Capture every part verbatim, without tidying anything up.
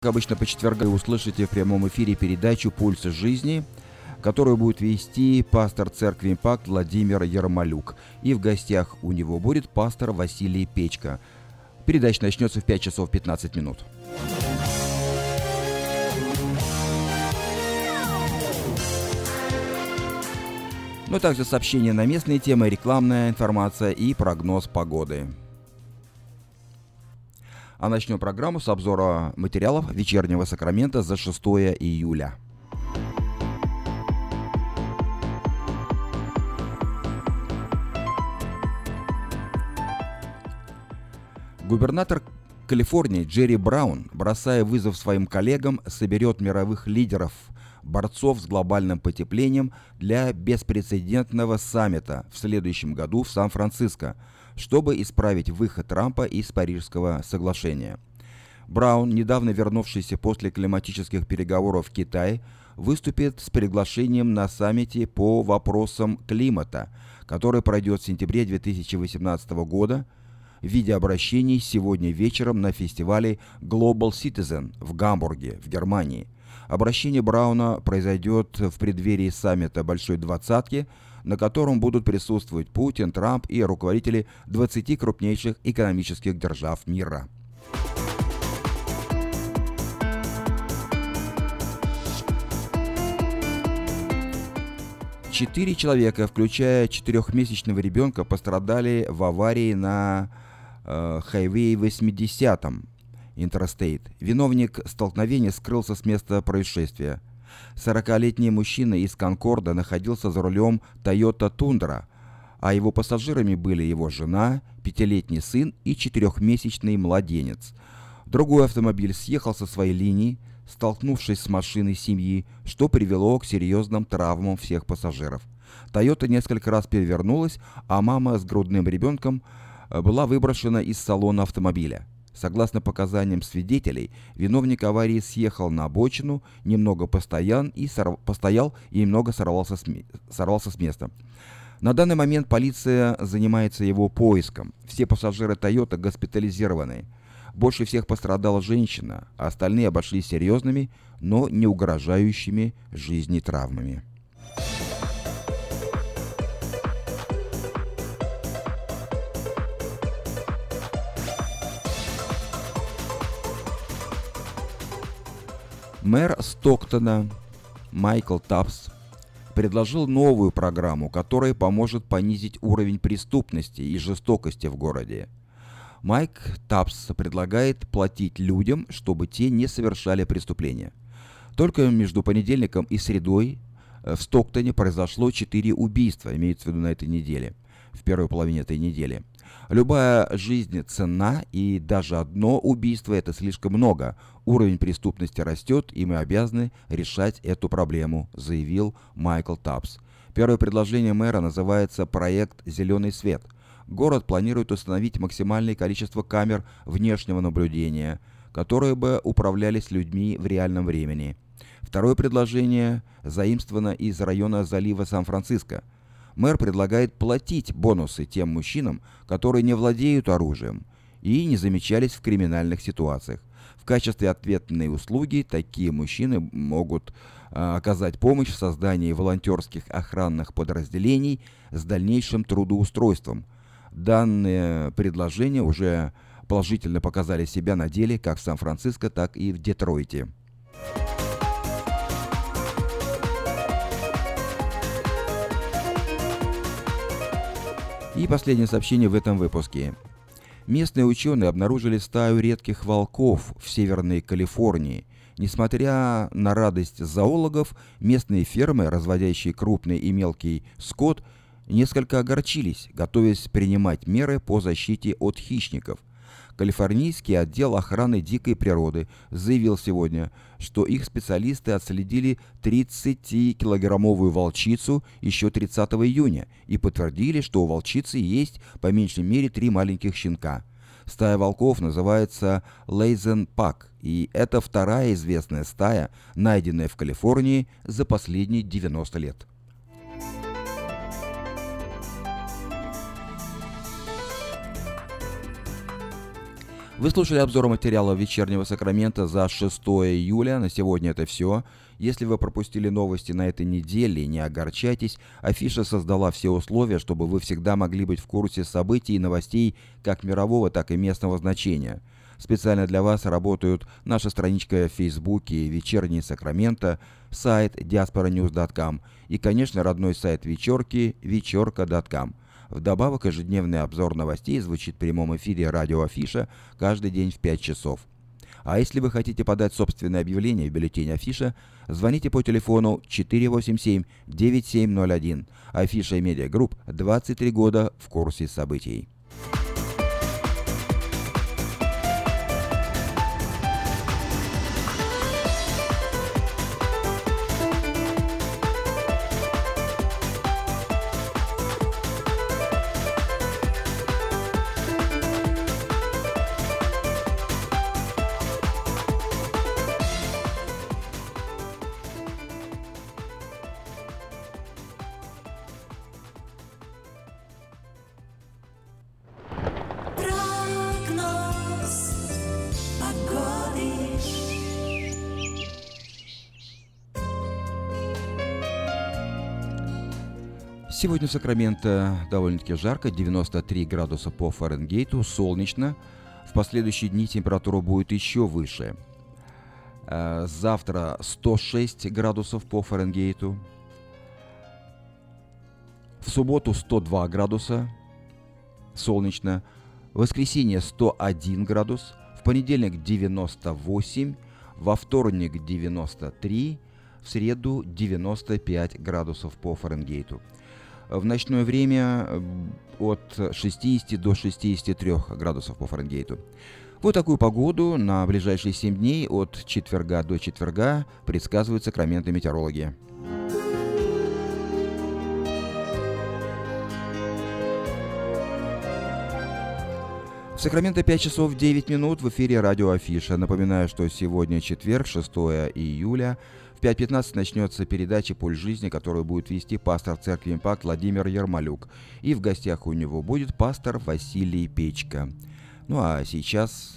Как обычно, по четвергам вы услышите в прямом эфире передачу «Пульс жизни», которую будет вести пастор церкви «Импакт» Владимир Ярмолюк. И в гостях у него будет пастор Василий Печка. Передача начнется в пять часов пятнадцать минут. Ну, также сообщения на местные темы, рекламная информация и прогноз погоды. А начнем программу с обзора материалов вечернего Сакрамента за шестое июля. Губернатор Калифорнии Джерри Браун, бросая вызов своим коллегам, соберет мировых лидеров, борцов с глобальным потеплением для беспрецедентного саммита в следующем году в Сан-Франциско, чтобы исправить выход Трампа из Парижского соглашения. Браун, недавно вернувшийся после климатических переговоров в Китае, выступит с приглашением на саммите по вопросам климата, который пройдет в сентябре две тысячи восемнадцатого года, в виде обращений сегодня вечером на фестивале Global Citizen в Гамбурге, в Германии. Обращение Брауна произойдет в преддверии саммита Большой Двадцатки, на котором будут присутствовать Путин, Трамп и руководители двадцати крупнейших экономических держав мира. Четыре человека, включая четырехмесячного ребенка, пострадали в аварии на э, Хайвей восьмидесятом Интерстейт. Виновник столкновения скрылся с места происшествия. сорокалетний мужчина из Конкорда находился за рулем Toyota Тундра, а его пассажирами были его жена, пятилетний сын и четырехмесячный младенец. Другой автомобиль съехал со своей линии, столкнувшись с машиной семьи, что привело к серьезным травмам всех пассажиров. Toyota несколько раз перевернулась, а мама с грудным ребенком была выброшена из салона автомобиля. Согласно показаниям свидетелей, виновник аварии съехал на обочину, немного постоял и, сорв... постоял и немного сорвался с... сорвался с места. На данный момент полиция занимается его поиском. Все пассажиры Toyota госпитализированы. Больше всех пострадала женщина, а остальные обошлись серьезными, но не угрожающими жизни травмами. Мэр Стоктона Майкл Тапс предложил новую программу, которая поможет понизить уровень преступности и жестокости в городе. Майк Тапс предлагает платить людям, чтобы те не совершали преступления. Только между понедельником и средой в Стоктоне произошло четыре убийства, имеется в виду на этой неделе, в первой половине этой недели. Любая жизнь ценна, и даже одно убийство – это слишком много. Уровень преступности растет, и мы обязаны решать эту проблему, заявил Майкл Тапс. Первое предложение мэра называется «Проект «Зеленый свет». Город планирует установить максимальное количество камер внешнего наблюдения, которые бы управлялись людьми в реальном времени. Второе предложение заимствовано из района залива Сан-Франциско. Мэр предлагает платить бонусы тем мужчинам, которые не владеют оружием и не замечались в криминальных ситуациях. В качестве ответной услуги такие мужчины могут а, оказать помощь в создании волонтерских охранных подразделений с дальнейшим трудоустройством. Данные предложения уже положительно показали себя на деле как в Сан-Франциско, так и в Детройте. И последнее сообщение в этом выпуске. Местные ученые обнаружили стаю редких волков в Северной Калифорнии. Несмотря на радость зоологов, местные фермы, разводящие крупный и мелкий скот, несколько огорчились, готовясь принимать меры по защите от хищников. Калифорнийский отдел охраны дикой природы заявил сегодня, что их специалисты отследили тридцатикилограммовую волчицу еще тридцатого июня и подтвердили, что у волчицы есть по меньшей мере три маленьких щенка. Стая волков называется Lazen Pack, и это вторая известная стая, найденная в Калифорнии за последние девяносто лет. Вы слушали обзор материалов «Вечернего Сакрамента» за шестое июля. На сегодня это все. Если вы пропустили новости на этой неделе, не огорчайтесь. Афиша создала все условия, чтобы вы всегда могли быть в курсе событий и новостей как мирового, так и местного значения. Специально для вас работают наша страничка в Фейсбуке «Вечерний Сакраменто», сайт диаспора ньюс точка ком и, конечно, родной сайт вечерки вечерка точка ком. Вдобавок, ежедневный обзор новостей звучит в прямом эфире радио Афиша каждый день в пять часов. А если вы хотите подать собственное объявление в бюллетень Афиша, звоните по телефону четыре восемь семь девять семь ноль один. Афиша и Медиа Групп, двадцать три года в курсе событий. Сегодня в Сакраменто довольно-таки жарко, девяносто три градуса по Фаренгейту, солнечно. В последующие дни температура будет еще выше. Завтра сто шесть градусов по Фаренгейту. В субботу сто два градуса, солнечно. В воскресенье сто один градус. В понедельник девяносто восемь. Во вторник девяносто три. В среду девяносто пять градусов по Фаренгейту. В ночное время от шестидесяти до шестидесяти трёх градусов по Фаренгейту. Вот такую погоду на ближайшие семь дней от четверга до четверга предсказывают Сакраменто метеорологи. В Сакраменто пять часов девять минут в эфире радио Афиша. Напоминаю, что сегодня четверг, шестое июля. В пять пятнадцать начнется передача «Пульс жизни», которую будет вести пастор церкви «Импакт» Владимир Ермолюк. И в гостях у него будет пастор Василий Печка. Ну а сейчас...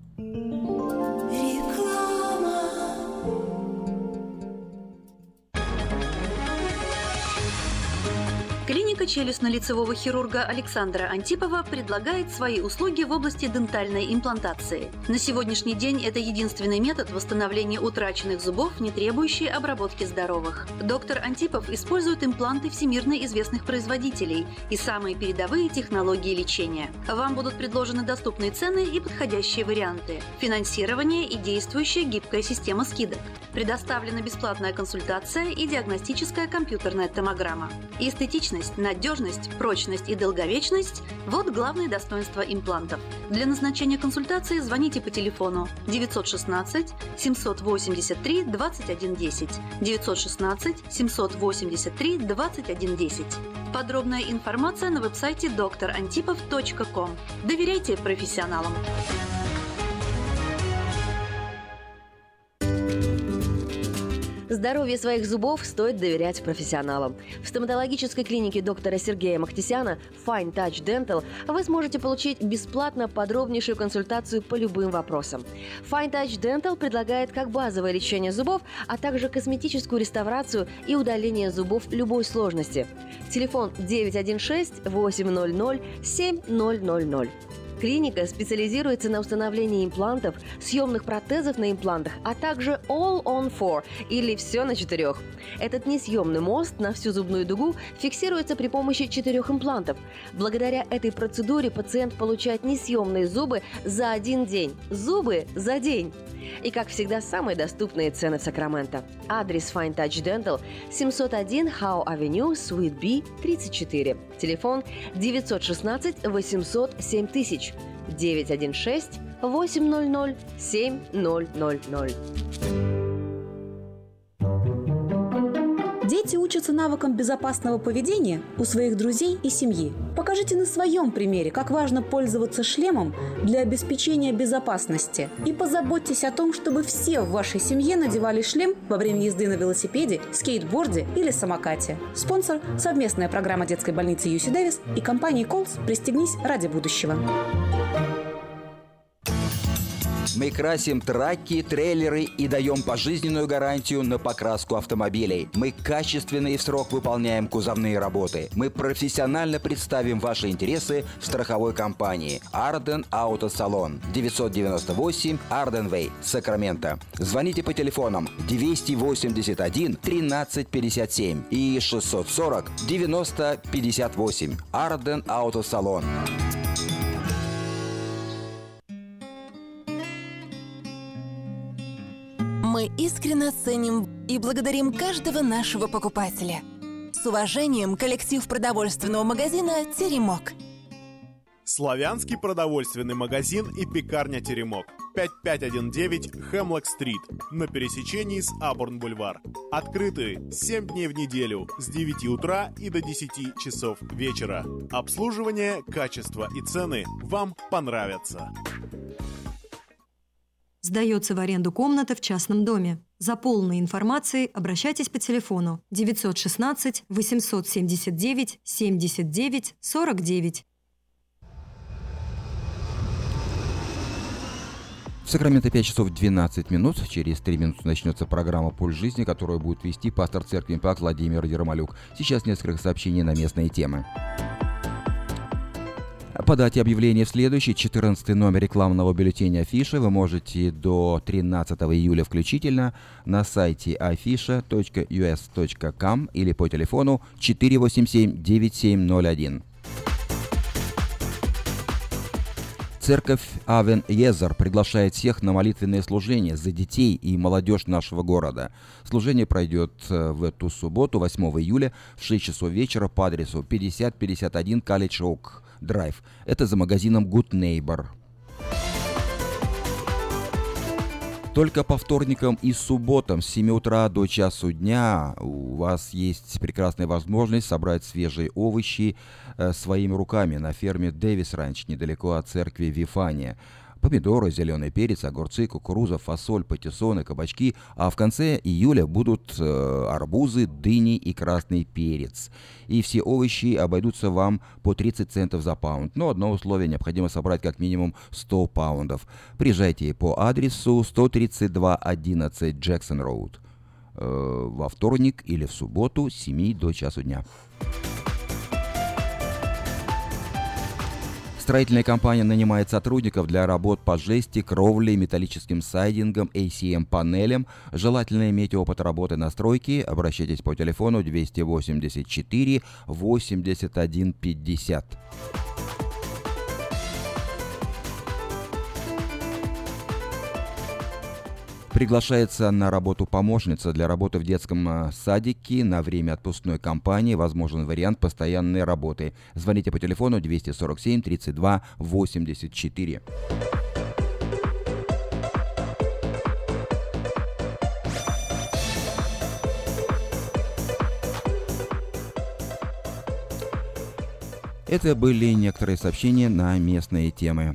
Клиника челюстно-лицевого хирурга Александра Антипова предлагает свои услуги в области дентальной имплантации. На сегодняшний день это единственный метод восстановления утраченных зубов, не требующий обработки здоровых. Доктор Антипов использует импланты всемирно известных производителей и самые передовые технологии лечения. Вам будут предложены доступные цены и подходящие варианты. Финансирование и действующая гибкая система скидок. Предоставлена бесплатная консультация и диагностическая компьютерная томограмма. Эстетичность, надежность, прочность и долговечность – вот главные достоинства имплантов. Для назначения консультации звоните по телефону девятьсот шестнадцать семьсот восемьдесят три двадцать один десять, девятьсот шестнадцать семьсот восемьдесят три двадцать один десять. Подробная информация на веб-сайте доктор антипов точка ком. Доверяйте профессионалам. Здоровье своих зубов стоит доверять профессионалам. В стоматологической клинике доктора Сергея Махтисяна Fine Touch Dental вы сможете получить бесплатно подробнейшую консультацию по любым вопросам. Fine Touch Dental предлагает как базовое лечение зубов, а также косметическую реставрацию и удаление зубов любой сложности. Телефон девять один шесть восемь ноль ноль семь ноль ноль ноль. Клиника специализируется на установлении имплантов, съемных протезов на имплантах, а также All on Four или все на четырех. Этот несъемный мост на всю зубную дугу фиксируется при помощи четырех имплантов. Благодаря этой процедуре пациент получает несъемные зубы за один день. Зубы за день! И, как всегда, самые доступные цены в Сакраменто. Адрес Fine Touch Dental семьсот один Howe Avenue, Suite B, тридцать четыре. Телефон девятьсот шестнадцать восемьсот семь тысяч. девять один шесть восемь ноль ноль семь ноль ноль ноль. Дети учатся навыкам безопасного поведения у своих друзей и семьи. Покажите на своем примере, как важно пользоваться шлемом для обеспечения безопасности. И позаботьтесь о том, чтобы все в вашей семье надевали шлем во время езды на велосипеде, скейтборде или самокате. Спонсор – совместная программа детской больницы Ю Си Дэвис и компании Колс «Пристегнись ради будущего». Мы красим траки, трейлеры и даем пожизненную гарантию на покраску автомобилей. Мы качественно и в срок выполняем кузовные работы. Мы профессионально представим ваши интересы в страховой компании Арден Автосалон, девятьсот девяносто восемь Арден Вей, Сакраменто. Звоните по телефонам двести восемьдесят один тринадцать пятьдесят семь и шестьсот сорок девяносто пятьдесят восемь. Арден Автосалон. Мы искренне ценим и благодарим каждого нашего покупателя. С уважением, коллектив продовольственного магазина «Теремок». Славянский продовольственный магазин и пекарня «Теремок». пять пять один девять Хемлок-стрит на пересечении с Абурн-бульвар. Открыты семь дней в неделю с девяти утра и до десяти часов вечера. Обслуживание, качество и цены вам понравятся. Сдается в аренду комната в частном доме. За полной информацией обращайтесь по телефону девятьсот шестнадцать восемьсот семьдесят девять семьдесят девять сорок девять. В Сакраменто пять часов двенадцать минут. Через три минуты начнется программа «Пульс жизни», которую будет вести пастор церкви «Импакт» Владимир Ермолюк. Сейчас несколько сообщений на местные темы. По дате объявления в следующий, четырнадцатый номер рекламного бюллетеня «Афиша» вы можете до тринадцатого июля включительно на сайте афиша точка ю эс точка ком или по телефону четыре восемь семь девять семь ноль один. Церковь Авен Езер приглашает всех на молитвенное служение за детей и молодежь нашего города. Служение пройдет в эту субботу, восьмого июля, в шесть часов вечера по адресу пятьдесят пятьдесят один College Oak Drive. Это за магазином Good Neighbor. Только по вторникам и субботам с семи утра до часу дня у вас есть прекрасная возможность собрать свежие овощи э, своими руками на ферме Дэвис Ранч, недалеко от церкви Вифания. Помидоры, зеленый перец, огурцы, кукуруза, фасоль, патиссоны, кабачки. А в конце июля будут э, арбузы, дыни и красный перец. И все овощи обойдутся вам по тридцать центов за паунд. Но одно условие: необходимо собрать как минимум сто паундов. Приезжайте по адресу сто тридцать два одиннадцать Джексон Роуд э, во вторник или в субботу с семи до часу дня. Строительная компания нанимает сотрудников для работ по жести, кровле, металлическим сайдингом, эй си эм-панелям. Желательно иметь опыт работы на стройке. Обращайтесь по телефону двести восемьдесят четыре восемьдесят один пятьдесят. Приглашается на работу помощница для работы в детском садике на время отпускной кампании. Возможен вариант постоянной работы. Звоните по телефону двести сорок семь тридцать два восемьдесят четыре. Это были некоторые сообщения на местные темы.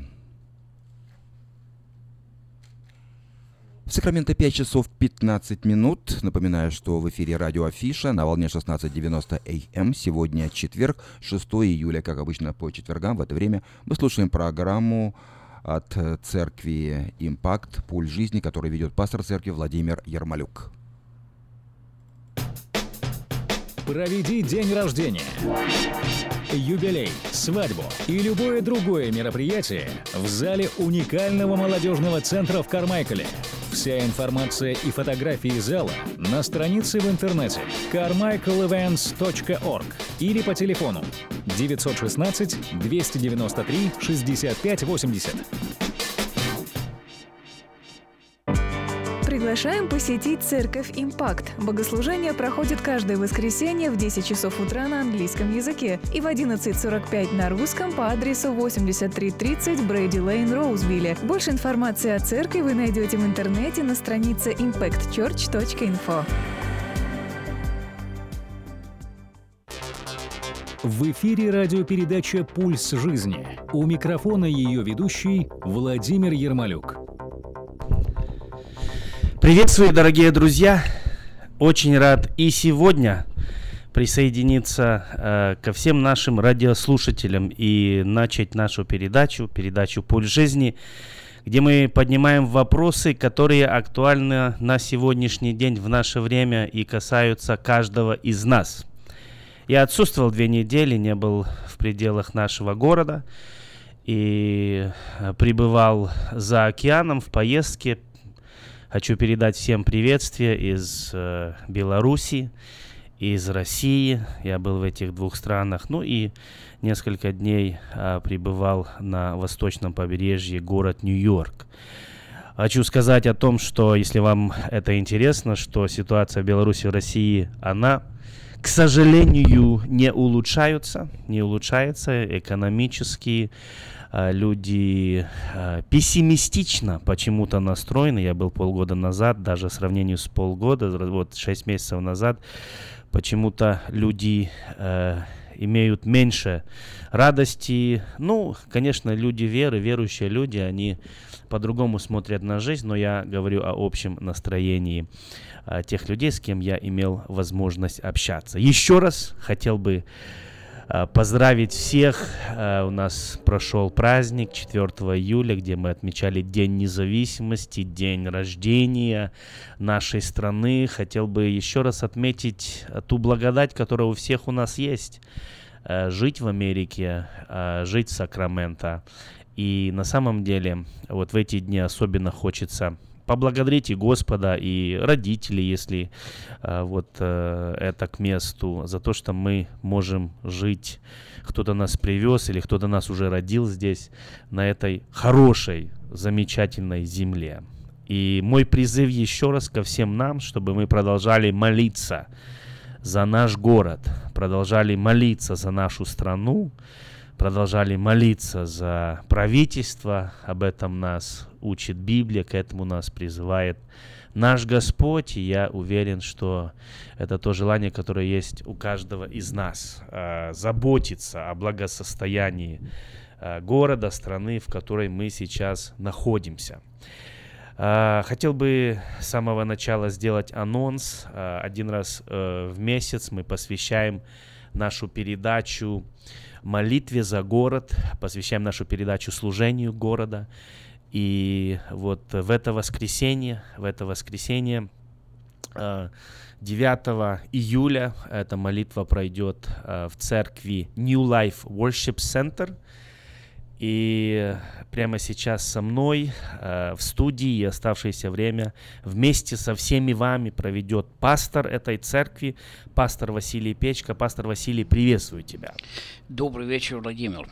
В Сакраменто пять часов пятнадцать минут. Напоминаю, что в эфире радио Афиша на волне шестнадцать девяносто эй эм. Сегодня четверг, шестого июля. Как обычно, по четвергам в это время мы слушаем программу от церкви «Импакт. Пульс жизни», которую ведет пастор церкви Владимир Ермолюк. Проведи день рождения, юбилей, свадьбу и любое другое мероприятие в зале уникального молодежного центра в Кармайкале. Вся информация и фотографии зала на странице в интернете кармайкл ивентс точка орг или по телефону девятьсот шестнадцать двести девяносто три шестьдесят пять восемьдесят. Приглашаем посетить церковь «Импакт». Богослужение проходит каждое воскресенье в десять часов утра на английском языке и в одиннадцать сорок пять на русском по адресу восемьдесят три тридцать Брейди Лейн, Роузвилле. Больше информации о церкви вы найдете в интернете на странице импакт черч точка инфо. В эфире радиопередача «Пульс жизни». У микрофона ее ведущий Владимир Ермолюк. Приветствую, дорогие друзья! Очень рад и сегодня присоединиться э, ко всем нашим радиослушателям и начать нашу передачу, передачу «Пульс жизни», где мы поднимаем вопросы, которые актуальны на сегодняшний день, в наше время и касаются каждого из нас. Я отсутствовал две недели, не был в пределах нашего города и пребывал за океаном в поездке. Хочу передать всем приветствие из э, Беларуси, из России. Я был в этих двух странах. Ну и несколько дней э, пребывал на восточном побережье, город Нью-Йорк. Хочу сказать о том, что, если вам это интересно, что ситуация в Беларуси и в России, она, к сожалению, не улучшается, не улучшается экономически. Люди э, пессимистично почему-то настроены. Я был полгода назад, даже в сравнении с полгода, вот шесть месяцев назад, почему-то люди э, имеют меньше радости. Ну, конечно, люди веры, верующие люди, они по-другому смотрят на жизнь, но я говорю о общем настроении э, тех людей, с кем я имел возможность общаться. Еще раз хотел бы поздравить всех. У нас прошел праздник четвёртого июля, где мы отмечали День независимости, день рождения нашей страны. Хотел бы еще раз отметить ту благодать, которая у всех у нас есть. Жить в Америке, жить в Сакраменто. И на самом деле вот в эти дни особенно хочется поблагодарить и Господа, и родителей, если э, вот э, это к месту, за то, что мы можем жить. Кто-то нас привез или кто-то нас уже родил здесь, на этой хорошей, замечательной земле. И мой призыв еще раз ко всем нам, чтобы мы продолжали молиться за наш город, продолжали молиться за нашу страну, продолжали молиться за правительство. Об этом нас учит Библия, к этому нас призывает наш Господь. И я уверен, что это то желание, которое есть у каждого из нас. Э, заботиться о благосостоянии э, города, страны, в которой мы сейчас находимся. Э, хотел бы с самого начала сделать анонс. Э, один раз э, в месяц мы посвящаем нашу передачу молитве за город, посвящаем нашу передачу служению города. И вот в это воскресенье, в это воскресенье девятого июля эта молитва пройдет в церкви New Life Worship Center. И прямо сейчас со мной э, в студии и оставшееся время вместе со всеми вами проведет пастор этой церкви, пастор Василий Печка. Пастор Василий, приветствую тебя. Добрый вечер, Владимир.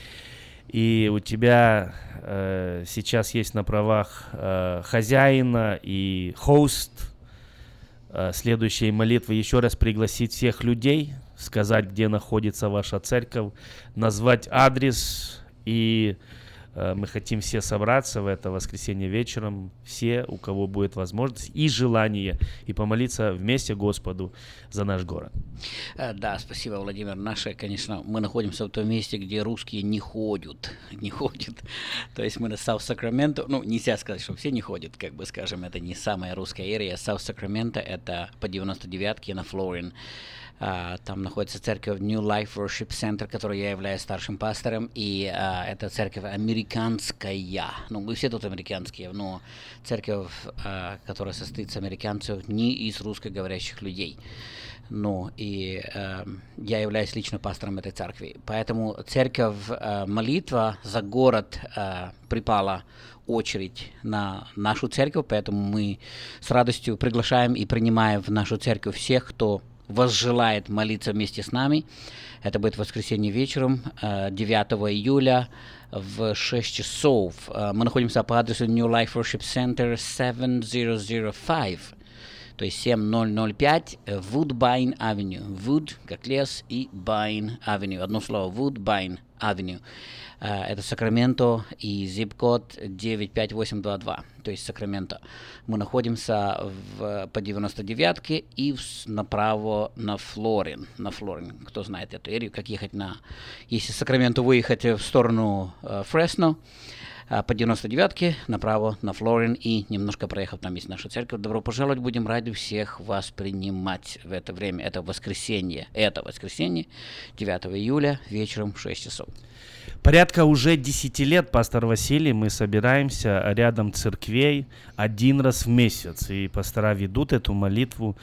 И у тебя э, сейчас есть на правах э, хозяина и хост э, следующей молитвы еще раз пригласить всех людей, сказать, где находится ваша церковь, назвать адрес. И э, мы хотим все собраться в это воскресенье вечером, все, у кого будет возможность и желание, и помолиться вместе Господу за наш город. Да, спасибо, Владимир. Наше, конечно, мы находимся в том месте, где русские не ходят, не ходят. То есть мы на South Sacramento, ну, нельзя сказать, что все не ходят, как бы, скажем, это не самая русская area. South Sacramento, это по девяносто девятке на Флорин. Uh, там находится церковь New Life Worship Center, которой я являюсь старшим пастором, и uh, это церковь американская. Ну, мы все тут американские, но церковь, uh, которая состоит из американцев, не из русскоговорящих людей. Ну, и uh, я являюсь лично пастором этой церкви. Поэтому церковь, uh, молитва за город uh, припала очередь на нашу церковь, поэтому мы с радостью приглашаем и принимаем в нашу церковь всех, кто возжелает молиться вместе с нами. Это будет воскресенье вечером, девятого июля в шесть часов. Мы находимся по адресу New Life Worship Center семь тысяч пять, то есть семь тысяч пять Woodbine Avenue. Wood, как лес, и Bine Avenue. Одно слово, Woodbine Avenue. Это Сакраменто и зип-код девять пять восемь два два, то есть Сакраменто. Мы находимся в, по девяносто девятке и в, направо на Флорин. На Флорин, кто знает эту эрию, как ехать на... Если с Сакраменто выехать в сторону э, Фресно, э, по девяносто девятке направо на Флорин и немножко проехав, там есть наша церковь. Добро пожаловать, будем рады всех вас принимать в это время. Это воскресенье, это воскресенье, девятого июля вечером в шесть часов. Порядка уже десяти лет, пастор Василий, мы собираемся рядом церквей один раз в месяц. И пастора ведут эту молитву.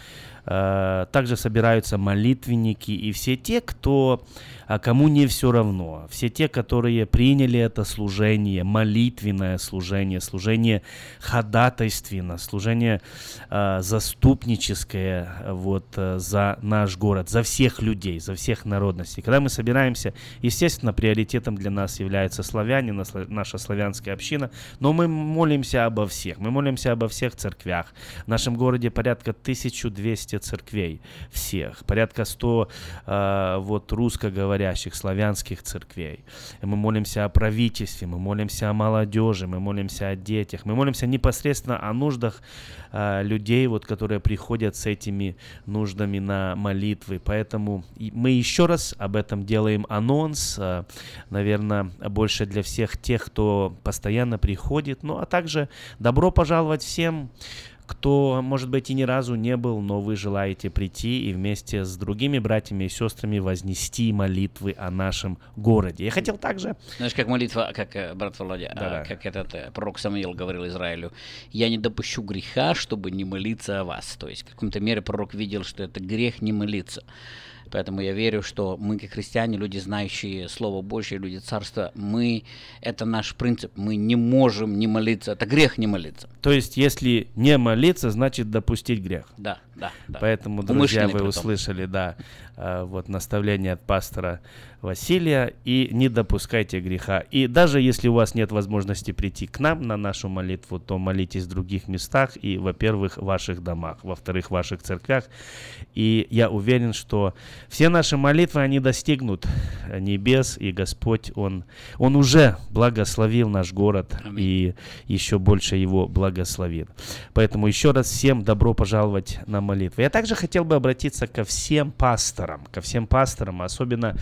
Также собираются молитвенники и все те, кто, кому не все равно. Все те, которые приняли это служение, молитвенное служение, служение ходатайственно, служение э, заступническое вот, за наш город, за всех людей, за всех народностей. Когда мы собираемся, естественно, приоритетом для нас являются славяне, наша славянская община, но мы молимся обо всех. Мы молимся обо всех церквях. В нашем городе порядка тысяча двести церквей всех, порядка сто э, вот, русскоговорящих, славянских церквей. И мы молимся о правительстве, мы молимся о молодежи, мы молимся о детях, мы молимся непосредственно о нуждах э, людей, вот, которые приходят с этими нуждами на молитвы. Поэтому мы еще раз об этом делаем анонс, э, наверное, больше для всех тех, кто постоянно приходит, ну а также добро пожаловать всем, кто, может быть, и ни разу не был, но вы желаете прийти и вместе с другими братьями и сестрами вознести молитвы о нашем городе. Я хотел также... Знаешь, как молитва, как брат Володя, Да-да. как этот пророк Самуил говорил Израилю: «Я не допущу греха, чтобы не молиться о вас». То есть в каком-то мере пророк видел, что это грех не молиться. Поэтому я верю, что мы, как христиане, люди, знающие Слово Божье, люди Царства, мы, это наш принцип, мы не можем не молиться, это грех не молиться. То есть, если не молиться, значит допустить грех. Да, да, да. Поэтому, друзья, вы услышали, да, вот наставление от пастора Василия, и не допускайте греха. И даже если у вас нет возможности прийти к нам на нашу молитву, то молитесь в других местах и, во-первых, в ваших домах, во-вторых, в ваших церквях. И я уверен, что все наши молитвы, они достигнут небес, и Господь, Он, Он уже благословил наш город. Аминь. И еще больше Его благословит. Поэтому еще раз всем добро пожаловать на молитву. Я также хотел бы обратиться ко всем пасторам, ко всем пасторам, особенно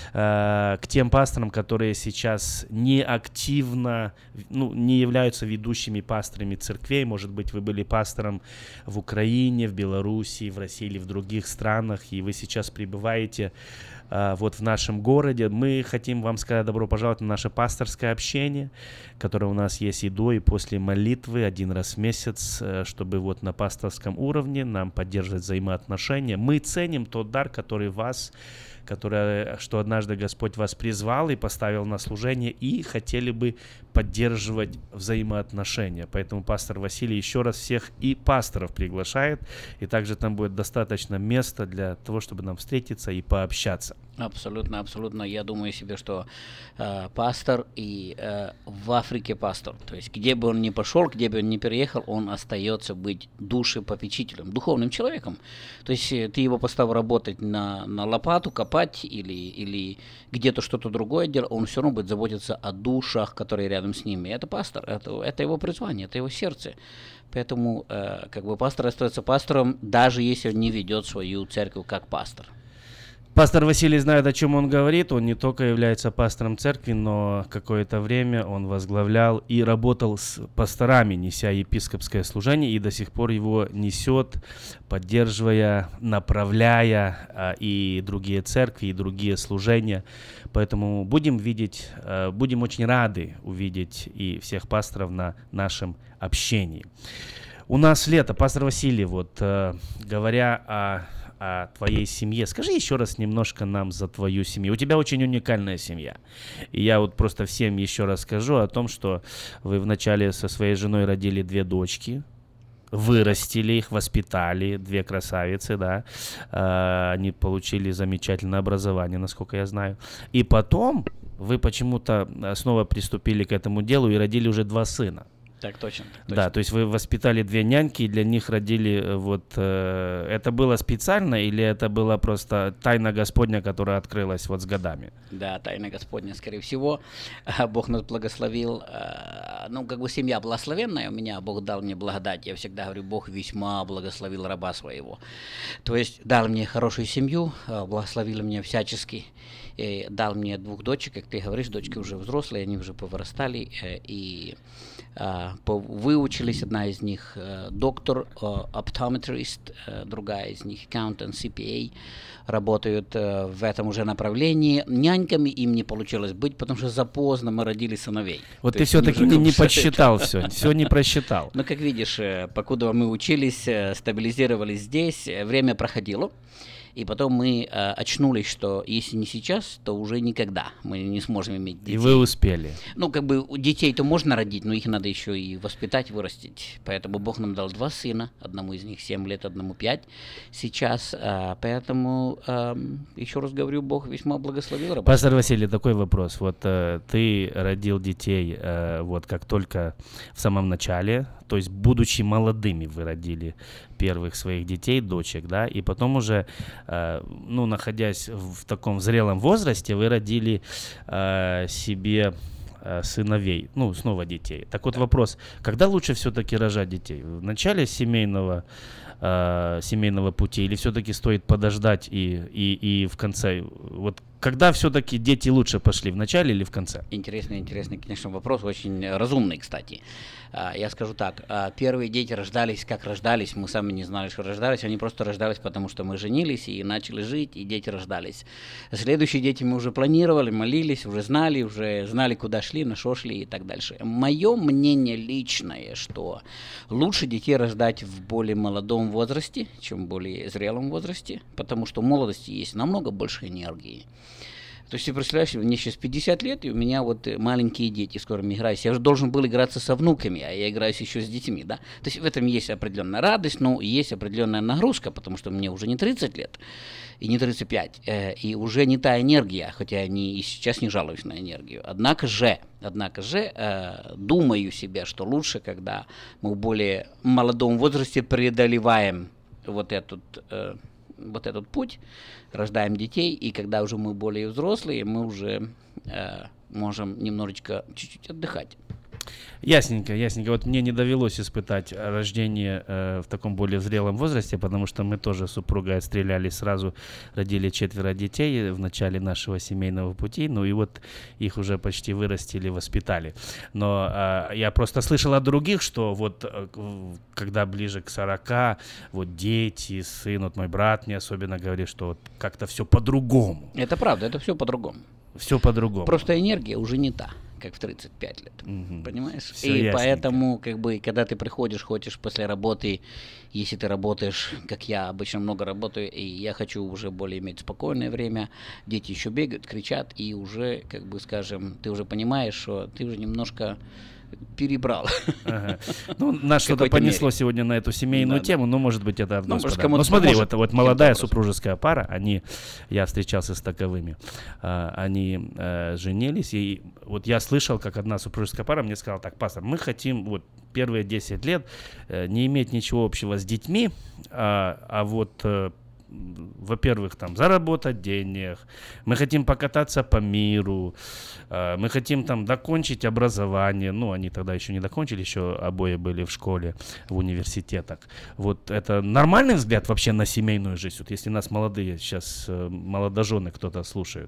к тем пасторам, которые сейчас не активно, ну, не являются ведущими пасторами церквей. Может быть, вы были пастором в Украине, в Белоруссии, в России или в других странах, и вы сейчас пребываете uh, вот в нашем городе. Мы хотим вам сказать добро пожаловать на наше пасторское общение, которое у нас есть и до, и после молитвы один раз в месяц, чтобы вот на пасторском уровне нам поддерживать взаимоотношения. Мы ценим тот дар, который вас которое, что однажды Господь вас призвал и поставил на служение, и хотели бы поддерживать взаимоотношения. Поэтому пастор Василий еще раз всех и пасторов приглашает, и также там будет достаточно места для того, чтобы нам встретиться и пообщаться. Абсолютно, абсолютно. Я думаю себе, что э, пастор и э, в Африке пастор, то есть где бы он ни пошел, где бы он ни переехал, он остается быть душепопечителем, духовным человеком. То есть ты его поставил работать на, на лопату, копать или, или где-то что-то другое делать, он все равно будет заботиться о душах, которые рядом с ними. Это пастор, это, это его призвание, это его сердце. Поэтому э, как бы пастор остается пастором, даже если он не ведет свою церковь как пастор. Пастор Василий знает, о чем он говорит. Он не только является пастором церкви, но какое-то время он возглавлял и работал с пасторами, неся епископское служение, и до сих пор его несет, поддерживая, направляя а, и другие церкви, и другие служения. Поэтому будем видеть, а, будем очень рады увидеть и всех пасторов на нашем общении. У нас лето. Пастор Василий, вот а, говоря о о твоей семье. Скажи еще раз немножко нам за твою семью. У тебя очень уникальная семья. И я вот просто всем еще раз скажу о том, что вы вначале со своей женой родили две дочки, вырастили их, воспитали, две красавицы, да. Они получили замечательное образование, насколько я знаю. И потом вы почему-то снова приступили к этому делу и родили уже два сына. Так точно, так точно. Да, то есть вы воспитали две няньки, и для них родили вот... Э, это было специально или это была просто тайна Господня, которая открылась вот с годами? Да, тайна Господня, скорее всего. Бог нас благословил. Ну, как бы семья благословенная у меня, Бог дал мне благодать. Я всегда говорю, Бог весьма благословил раба своего. То есть дал мне хорошую семью, благословил меня всячески. И дал мне двух дочек, как ты говоришь, дочки уже взрослые, они уже повырастали, и а, выучились, одна из них доктор, оптометрист, другая из них accountant, си пи эй, работают в этом уже направлении. Няньками им не получилось быть, потому что запоздно мы родили сыновей. Вот ты все-таки не, не подсчитал все, все не просчитал. Ну, как видишь, покуда мы учились, стабилизировались здесь, время проходило. И потом мы э, очнулись, что если не сейчас, то уже никогда мы не сможем иметь детей. И вы успели. Ну, как бы детей-то можно родить, но их надо еще и воспитать, вырастить. Поэтому Бог нам дал два сына. Одному из них семь лет, одному пять сейчас. Э, поэтому, э, еще раз говорю, Бог весьма благословил работу. Пастор Василий, такой вопрос. Вот э, ты родил детей э, вот как только в самом начале, то есть будучи молодыми вы родили первых своих детей, дочек, да, и потом уже, э, ну, находясь в таком зрелом возрасте, вы родили э, себе э, сыновей, ну, снова детей. Так вот, да. Вопрос, когда лучше все-таки рожать детей? В начале семейного, э, семейного пути или все-таки стоит подождать и, и, и в конце? Вот когда все-таки дети лучше пошли, в начале или в конце? Интересный, интересный, конечно, вопрос, очень разумный, кстати. Я скажу так, первые дети рождались, как рождались, мы сами не знали, что рождались, они просто рождались, потому что мы женились и начали жить, и дети рождались. Следующие дети мы уже планировали, молились, уже знали, уже знали, куда шли, на что шли и так дальше. Мое мнение личное, что лучше детей рождать в более молодом возрасте, чем в более зрелом возрасте, потому что в молодости есть намного больше энергии. То есть ты представляешь, мне сейчас пятьдесят лет, и у меня вот маленькие дети, с которыми играюсь. Я уже должен был играться со внуками, а я играюсь еще с детьми, да. То есть в этом есть определенная радость, но есть определенная нагрузка, потому что мне уже не тридцать лет, и не тридцать пять, э, и уже не та энергия, хотя я не, и сейчас не жалуюсь на энергию. Однако же, однако же э, думаю себе, что лучше, когда мы в более молодом возрасте преодолеваем вот этот... Э, вот этот путь, рождаем детей, и когда уже мы более взрослые, мы уже э, можем немножечко, чуть-чуть отдыхать. Ясненько, ясненько. Вот мне не довелось испытать рождение э, в таком более зрелом возрасте, потому что мы тоже с супругой отстрелялись сразу, родили четверо детей в начале нашего семейного пути, ну и вот их уже почти вырастили, воспитали. Но э, я просто слышал от других, что вот э, когда ближе к сорока, вот дети, сын, вот мой брат мне особенно говорит, что вот как-то все по-другому. Это правда, это все по-другому. Все по-другому. Просто энергия уже не та, как в тридцать пять лет, угу. Понимаешь? Все и ясненько. Поэтому, как бы, когда ты приходишь, хочешь после работы, если ты работаешь, как я обычно много работаю, и я хочу уже более иметь спокойное время, дети еще бегают, кричат, и уже, как бы, скажем, ты уже понимаешь, что ты уже немножко перебрал. Ага. Ну, нас что-то понесло мере. Сегодня на эту семейную да, тему, да. Ну, может быть, это от ну, Господа. Ну, смотри, поможет, вот, вот молодая супружеская пара, они, я встречался с таковыми, а, они а, женились, и вот я слышал, как одна супружеская пара мне сказала: так, пастор, мы хотим вот первые десять лет э, не иметь ничего общего с детьми, а, а вот... Э, во-первых, там, заработать денег, мы хотим покататься по миру, э, мы хотим там докончить образование, ну, они тогда еще не докончили, еще обои были в школе, в университетах. Вот это нормальный взгляд вообще на семейную жизнь, вот если нас молодые сейчас, э, молодожены кто-то слушают?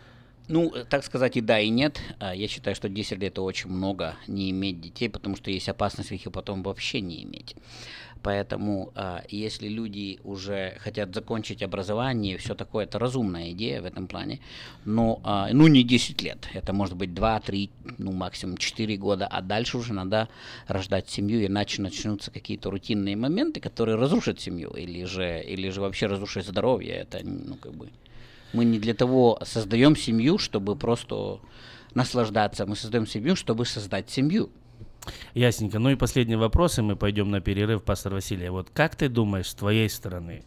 Ну, так сказать, и да, и нет. Я считаю, что десять лет это очень много не иметь детей, потому что есть опасность их и потом вообще не иметь. Поэтому, если люди уже хотят закончить образование, все такое, это разумная идея в этом плане. Но, ну, не десять лет, это может быть два, три, ну, максимум четыре года, а дальше уже надо рождать семью, иначе начнутся какие-то рутинные моменты, которые разрушат семью, или же, или же вообще разрушат здоровье. Это, ну, как бы... Мы не для того создаем семью, чтобы просто наслаждаться. Мы создаем семью, чтобы создать семью. Ясненько. Ну и последний вопрос, и мы пойдем на перерыв, пастор Василий. Вот как ты думаешь, с твоей стороны,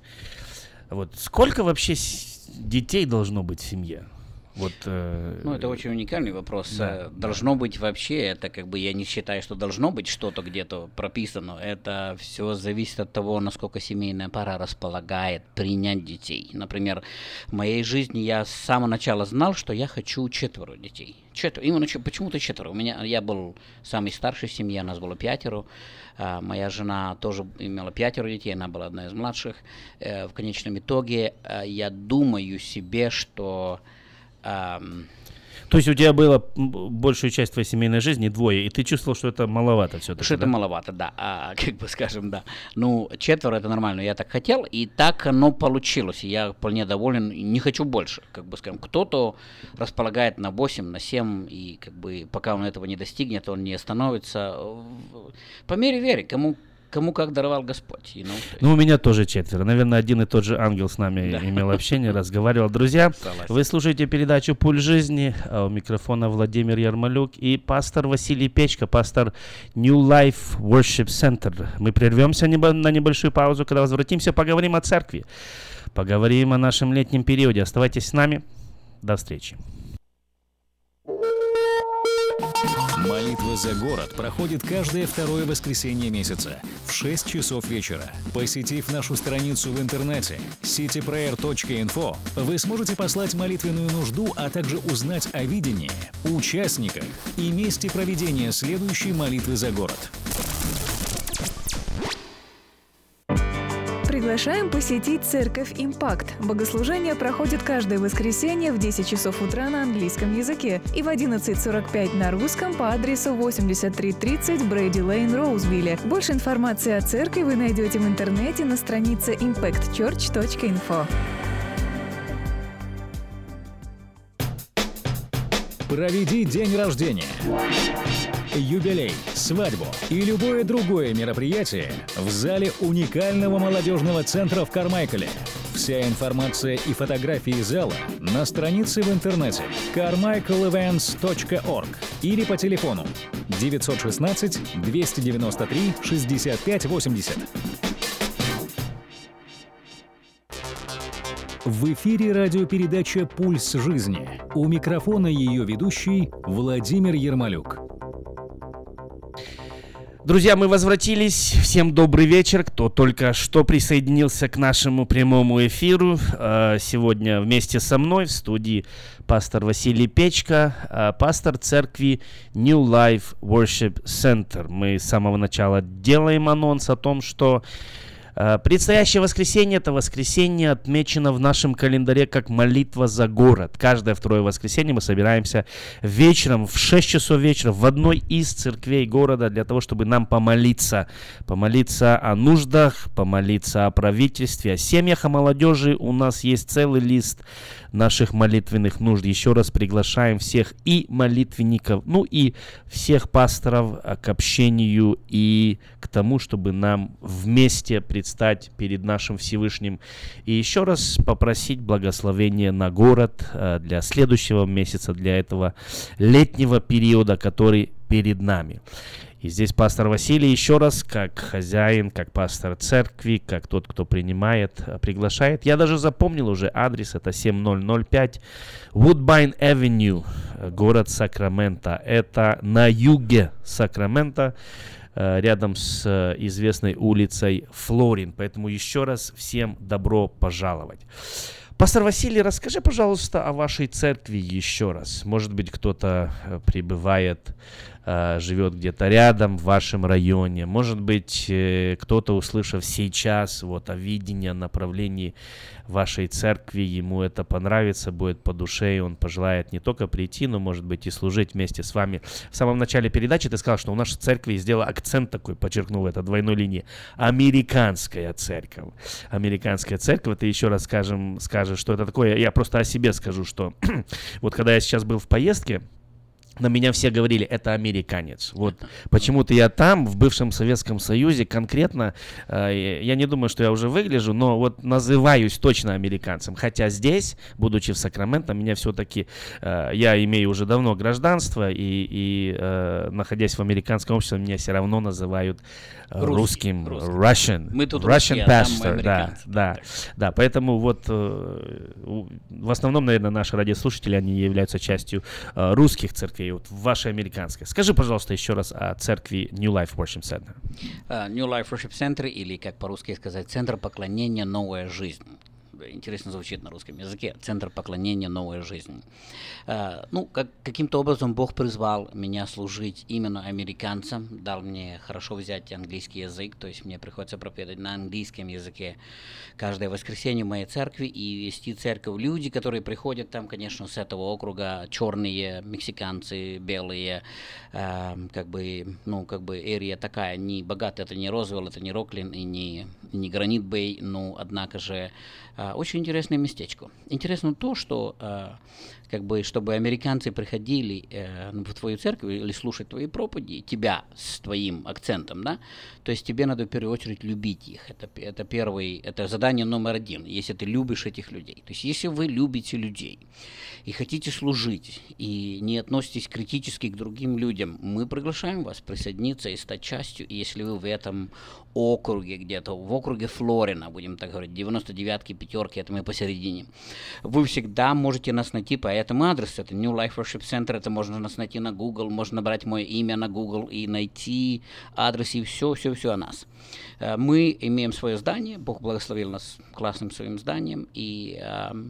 вот сколько вообще детей должно быть в семье? Вот, э, ну, это очень уникальный вопрос. Да, должно да. быть вообще, это как бы я не считаю, что должно быть что-то где-то прописано. Это все зависит от того, насколько семейная пара располагает принять детей. Например, в моей жизни я с самого начала знал, что я хочу четверо детей. Четверо. Именно почему-то четверо. У меня, я был самый старший в семье, нас было пятеро. А, моя жена тоже имела пятеро детей, она была одна из младших. А, в конечном итоге а, я думаю себе, что... Um, То есть у тебя было большую часть твоей семейной жизни двое, и ты чувствовал, что это маловато все-таки? Что да? это маловато, да. А, как бы скажем, да. Ну, четверо это нормально, я так хотел, и так оно получилось. И я вполне доволен, и не хочу больше. Как бы скажем, кто-то располагает на восемь, на семь, и как бы пока он этого не достигнет, он не остановится. По мере веры, кому Кому как даровал Господь. You know? Ну, у меня тоже четверо. Наверное, один и тот же ангел с нами да. имел общение, разговаривал. Друзья, Согласен. Вы слушаете передачу «Пульс жизни». А у микрофона Владимир Ярмолюк и пастор Василий Печка, пастор New Life Worship Center. Мы прервемся на небольшую паузу. Когда возвратимся, поговорим о церкви. Поговорим о нашем летнем периоде. Оставайтесь с нами. До встречи. Молитва за город проходит каждое второе воскресенье месяца в шесть часов вечера. Посетив нашу страницу в интернете сити преер точка инфо, вы сможете послать молитвенную нужду, а также узнать о видении, участниках и месте проведения следующей молитвы за город. Приглашаем посетить церковь «Импакт». Богослужение проходит каждое воскресенье в десять часов утра на английском языке и в одиннадцать сорок пять на русском по адресу восемьдесят три тридцать Брейди Лейн, Роузвилле. Больше информации о церкви вы найдете в интернете на странице импакт черч точка инфо. Проведи день рождения, юбилей, свадьбу и любое другое мероприятие в зале уникального молодежного центра в Кармайкале. Вся информация и фотографии зала на странице в интернете кармайкл ивентс точка орг или по телефону девятьсот шестнадцать двести девяносто три шестьдесят пять восемьдесят. В эфире радиопередача «Пульс жизни». У микрофона ее ведущий Владимир Ярмолюк. Друзья, мы возвратились. Всем добрый вечер, кто только что присоединился к нашему прямому эфиру. Сегодня вместе со мной в студии пастор Василий Печка, пастор церкви New Life Worship Center. Мы с самого начала делаем анонс о том, что предстоящее воскресенье – это воскресенье отмечено в нашем календаре как молитва за город. Каждое второе воскресенье мы собираемся вечером в шесть часов вечера в одной из церквей города для того, чтобы нам помолиться. Помолиться о нуждах, помолиться о правительстве, о семьях, о молодежи. У нас есть целый лист наших молитвенных нужд. Еще раз приглашаем всех и молитвенников, ну и всех пасторов к общению и к тому, чтобы нам вместе предстать перед нашим Всевышним. И еще раз попросить благословения на город для следующего месяца, для этого летнего периода, который перед нами. И здесь пастор Василий еще раз, как хозяин, как пастор церкви, как тот, кто принимает, приглашает. Я даже запомнил уже адрес, это семь тысяч пять Woodbine Avenue, город Сакраменто. Это на юге Сакрамента, рядом с известной улицей Флорин. Поэтому еще раз всем добро пожаловать. Пастор Василий, расскажи, пожалуйста, о вашей церкви еще раз. Может быть, кто-то прибывает, живет где-то рядом в вашем районе. Может быть, кто-то, услышав сейчас вот о видении, о направлении вашей церкви, ему это понравится, будет по душе, и он пожелает не только прийти, но, может быть, и служить вместе с вами. В самом начале передачи ты сказал, что у нашей церкви сделал акцент такой, подчеркнул это двойной линии. Американская церковь. Американская церковь, ты еще раз скажем, скажешь, что это такое. Я просто о себе скажу, что вот когда я сейчас был в поездке, на меня все говорили, это американец. Вот почему-то я там, в бывшем Советском Союзе, конкретно, э, я не думаю, что я уже выгляжу, но вот называюсь точно американцем. Хотя здесь, будучи в Сакраменто, меня все-таки, э, я имею уже давно гражданство, и, и э, находясь в американском обществе, меня все равно называют э, русским, русским, Russian, Мы тут Russian русские, pastor, а да, да, да. Поэтому вот э, в основном, наверное, наши радиослушатели, они являются частью э, русских церквей. Вот в вашей американской. Скажи, пожалуйста, еще раз о церкви New Life Worship Center. Uh, New Life Worship Center, или, как по-русски сказать, Центр поклонения «Новая жизнь». интересно звучит на русском языке, центр поклонения «Новая жизнь». Uh, ну, как, каким-то образом Бог призвал меня служить именно американцам, дал мне хорошо взять английский язык, то есть мне приходится проповедовать на английском языке каждое воскресенье в моей церкви и вести церковь. Люди, которые приходят там, конечно, с этого округа, черные, мексиканцы, белые, uh, как бы, ну, как бы эрия такая, не богатая, это не Розвилл, это не Роклин и не, не Гранит-Бэй, но, однако же, uh, очень интересное местечко. Интересно то, что uh, как бы, чтобы американцы приходили э, в твою церковь или слушать твои проповеди, тебя с твоим акцентом, да, то есть тебе надо в первую очередь любить их. Это, это первый, это задание номер один, если ты любишь этих людей. То есть если вы любите людей и хотите служить, и не относитесь критически к другим людям, мы приглашаем вас присоединиться и стать частью, и если вы в этом округе где-то, в округе Флорина, будем так говорить, девяносто девятки, пятерки, это мы посередине, вы всегда можете нас найти по этому адресу. Это New Life Worship Center, это можно нас найти на Google, можно набрать мое имя на Google и найти адрес и все, все, все о нас. Мы имеем свое здание, Бог благословил нас классным своим зданием, и,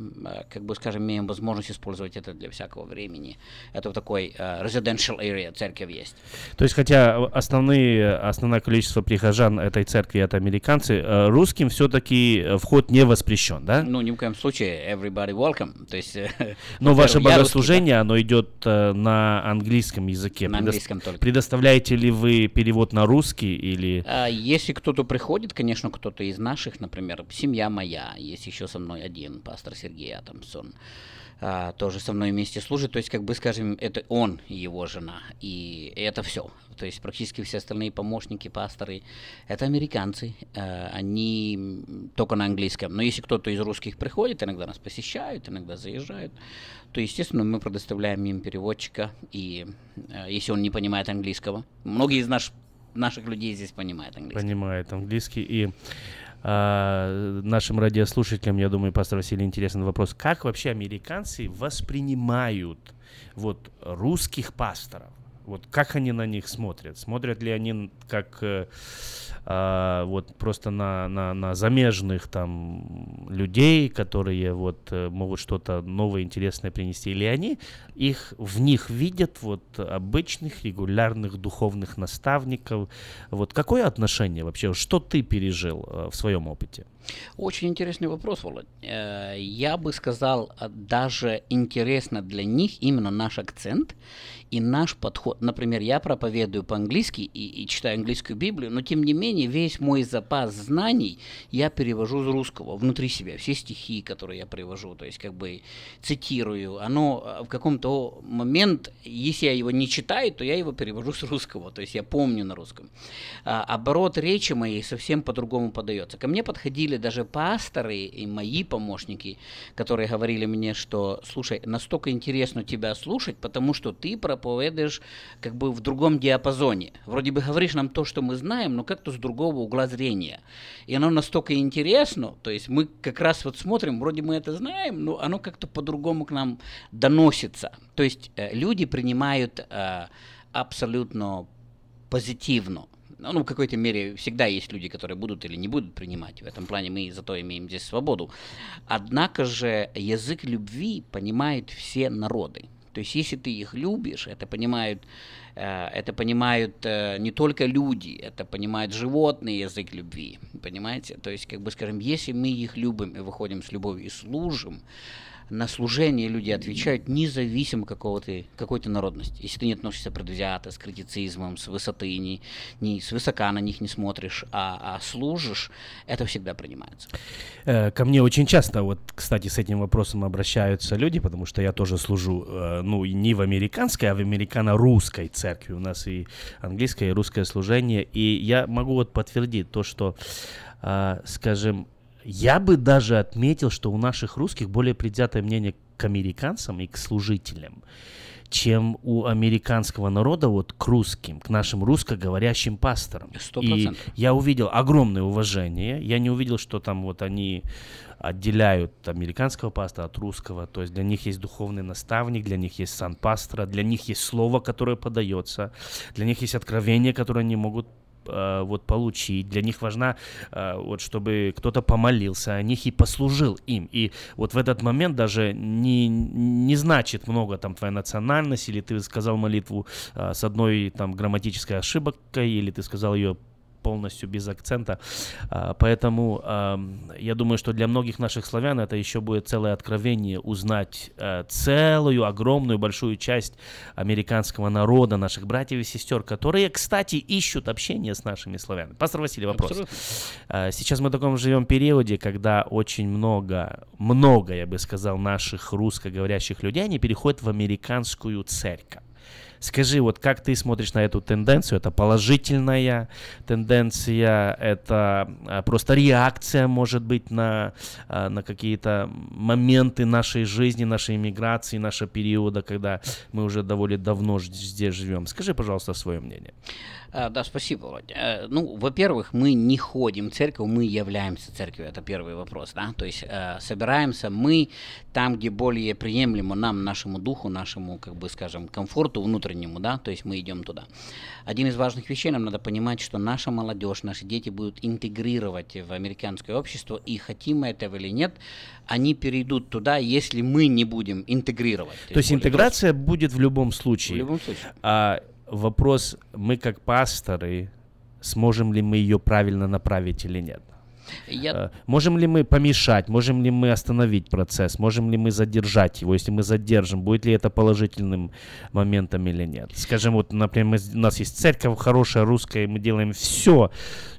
как бы скажем, имеем возможность использовать это для всякого времени. Это такой residential area, церковь есть. То есть, хотя основные, основное количество прихожан этой церкви это американцы, русским все-таки вход не воспрещен, да? Ну, ни в коем случае, everybody welcome. То есть, но ваше богослужение, русский, да? Оно идет на английском языке. На английском только. Предоставляете ли вы перевод на русский или... Если кто-то приходит, конечно, кто-то из наших, например, семья моя, есть еще со мной один, пастор Сергей Атомсон, а, тоже со мной вместе служит, то есть, как бы, скажем, это он и его жена, и это все. То есть практически все остальные помощники, пасторы, это американцы, а, они только на английском. Но если кто-то из русских приходит, иногда нас посещают, иногда заезжают, то, естественно, мы предоставляем им переводчика, и а, если он не понимает английского, многие из наших наших людей здесь понимают английский. Понимают английский. И э, нашим радиослушателям, я думаю, пастор Василий, интересный вопрос. Как вообще американцы воспринимают вот, русских пасторов? Вот как они на них смотрят? Смотрят ли они как э, э, вот просто на, на, на замежных там людей, которые вот могут что-то новое, интересное принести? Или они их, в них видят вот обычных, регулярных духовных наставников? Вот какое отношение вообще? Что ты пережил э, в своем опыте? Очень интересный вопрос, Володь. Я бы сказал, даже интересно для них именно наш акцент и наш подход. Например, я проповедую по-английски и, и читаю английскую Библию, но тем не менее весь мой запас знаний я перевожу с русского внутри себя. Все стихи, которые я привожу, то есть как бы цитирую, оно в каком-то момент, если я его не читаю, то я его перевожу с русского, то есть я помню на русском. А, оборот речи моей совсем по-другому подается. Ко мне подходили даже пасторы и мои помощники, которые говорили мне, что, слушай, настолько интересно тебя слушать, потому что ты проповедуешь как бы в другом диапазоне. Вроде бы говоришь нам то, что мы знаем, но как-то с другого угла зрения. И оно настолько интересно, то есть мы как раз вот смотрим, вроде мы это знаем, но оно как-то по-другому к нам доносится. То есть э, люди принимают э, абсолютно позитивно. Ну, в какой-то мере всегда есть люди, которые будут или не будут принимать. В этом плане мы зато имеем здесь свободу. Однако же язык любви понимают все народы. То есть если ты их любишь, это понимают, э, это понимают э, не только люди, это понимают животные язык любви. Понимаете? То есть, как бы скажем, если мы их любим и выходим с любовью и служим, на служение люди отвечают независимо какого-то, какой-то народности. Если ты не относишься предвзято, с критицизмом, с высоты, не, не свысока на них не смотришь, а, а служишь, это всегда принимается. Ко мне очень часто, вот, кстати, с этим вопросом обращаются люди, потому что я тоже служу, ну, не в американской, а в американо-русской церкви. У нас и английское, и русское служение. И я могу вот подтвердить то, что, скажем, я бы даже отметил, что у наших русских более предвзятое мнение к американцам и к служителям, чем у американского народа вот к русским, к нашим русскоговорящим пасторам. сто процентов. И я увидел огромное уважение. Я не увидел, что там вот они отделяют американского пастора от русского. То есть для них есть духовный наставник, для них есть сан пастора, для них есть слово, которое подается, для них есть откровение, которое они могут э, вот получить, для них важно, э, вот, чтобы кто-то помолился о них и послужил им. И вот в этот момент даже не, не значит много там твоя национальность, или ты сказал молитву э, с одной там грамматической ошибкой, или ты сказал ее полностью без акцента. Поэтому я думаю, что для многих наших славян это еще будет целое откровение узнать целую, огромную, большую часть американского народа, наших братьев и сестер, которые, кстати, ищут общение с нашими славянами. Пастор Василий, вопрос. Абсолютно. Сейчас мы в таком живем периоде, когда очень много, много, я бы сказал, наших русскоговорящих людей, они переходят в американскую церковь. Скажи, вот как ты смотришь на эту тенденцию? Это положительная тенденция, это просто реакция, может быть, на, на какие-то моменты нашей жизни, нашей иммиграции, нашего периода, когда мы уже довольно давно здесь живем. Скажи, пожалуйста, свое мнение. А, да, спасибо, Володя. А, ну, во-первых, мы не ходим в церковь, мы являемся церковью, это первый вопрос, да, то есть а, собираемся мы там, где более приемлемо нам, нашему духу, нашему, как бы, скажем, комфорту внутреннему, да, то есть мы идем туда. Один из важных вещей, нам надо понимать, что наша молодежь, наши дети будут интегрировать в американское общество, и хотим мы этого или нет, они перейдут туда, если мы не будем интегрировать. То, то есть интеграция просто будет в любом случае? В любом случае. А вопрос, мы как пасторы, сможем ли мы ее правильно направить или нет? Я... Можем ли мы помешать, можем ли мы остановить процесс, можем ли мы задержать его, если мы задержим, будет ли это положительным моментом или нет? Скажем, вот, например, мы, у нас есть церковь хорошая, русская, и мы делаем все,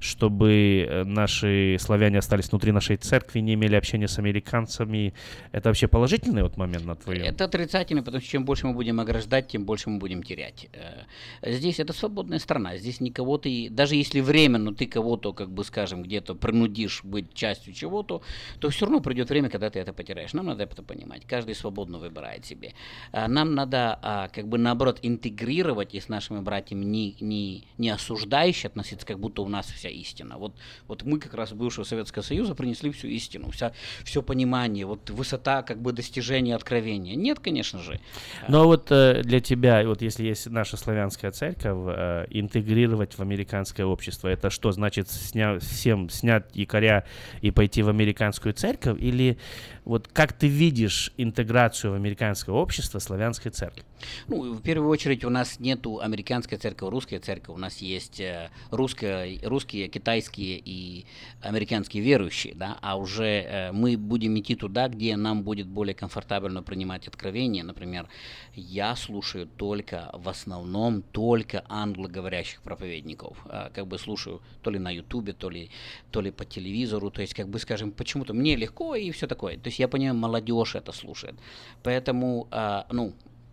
чтобы наши славяне остались внутри нашей церкви, не имели общения с американцами. Это вообще положительный вот момент на твоем? Это отрицательный, потому что чем больше мы будем ограждать, тем больше мы будем терять. Здесь это свободная страна, здесь никого ты, даже если временно ты кого-то, как бы, скажем, где-то принудишь быть частью чего-то, то все равно придет время, когда ты это потеряешь. Нам надо это понимать. Каждый свободно выбирает себе. Нам надо, как бы, наоборот, интегрировать и с нашими братьями не, не, не осуждающе относиться, как будто у нас вся истина. Вот, вот мы как раз бывшего Советского Союза принесли всю истину, вся, все понимание, вот высота, как бы, достижения откровения. Нет, конечно же. Но вот для тебя, вот если есть наша славянская церковь, интегрировать в американское общество, это что значит сня, всем снять якоря и пойти в американскую церковь? Или вот как ты видишь интеграцию в американское общество славянской церкви? Ну, в первую очередь у нас нету американской церкви, русская церковь. У нас есть русские, русские, китайские и американские верующие, да, а уже э, мы будем идти туда, где нам будет более комфортабельно принимать откровения. Например, я слушаю только, в основном, только англоговорящих проповедников. Э, как бы слушаю то ли на ютубе, то ли, то ли по телевизору, то есть, как бы, скажем, почему-то мне легко и все такое. То есть я понимаю, молодежь это слушает. Поэтому, э, ну,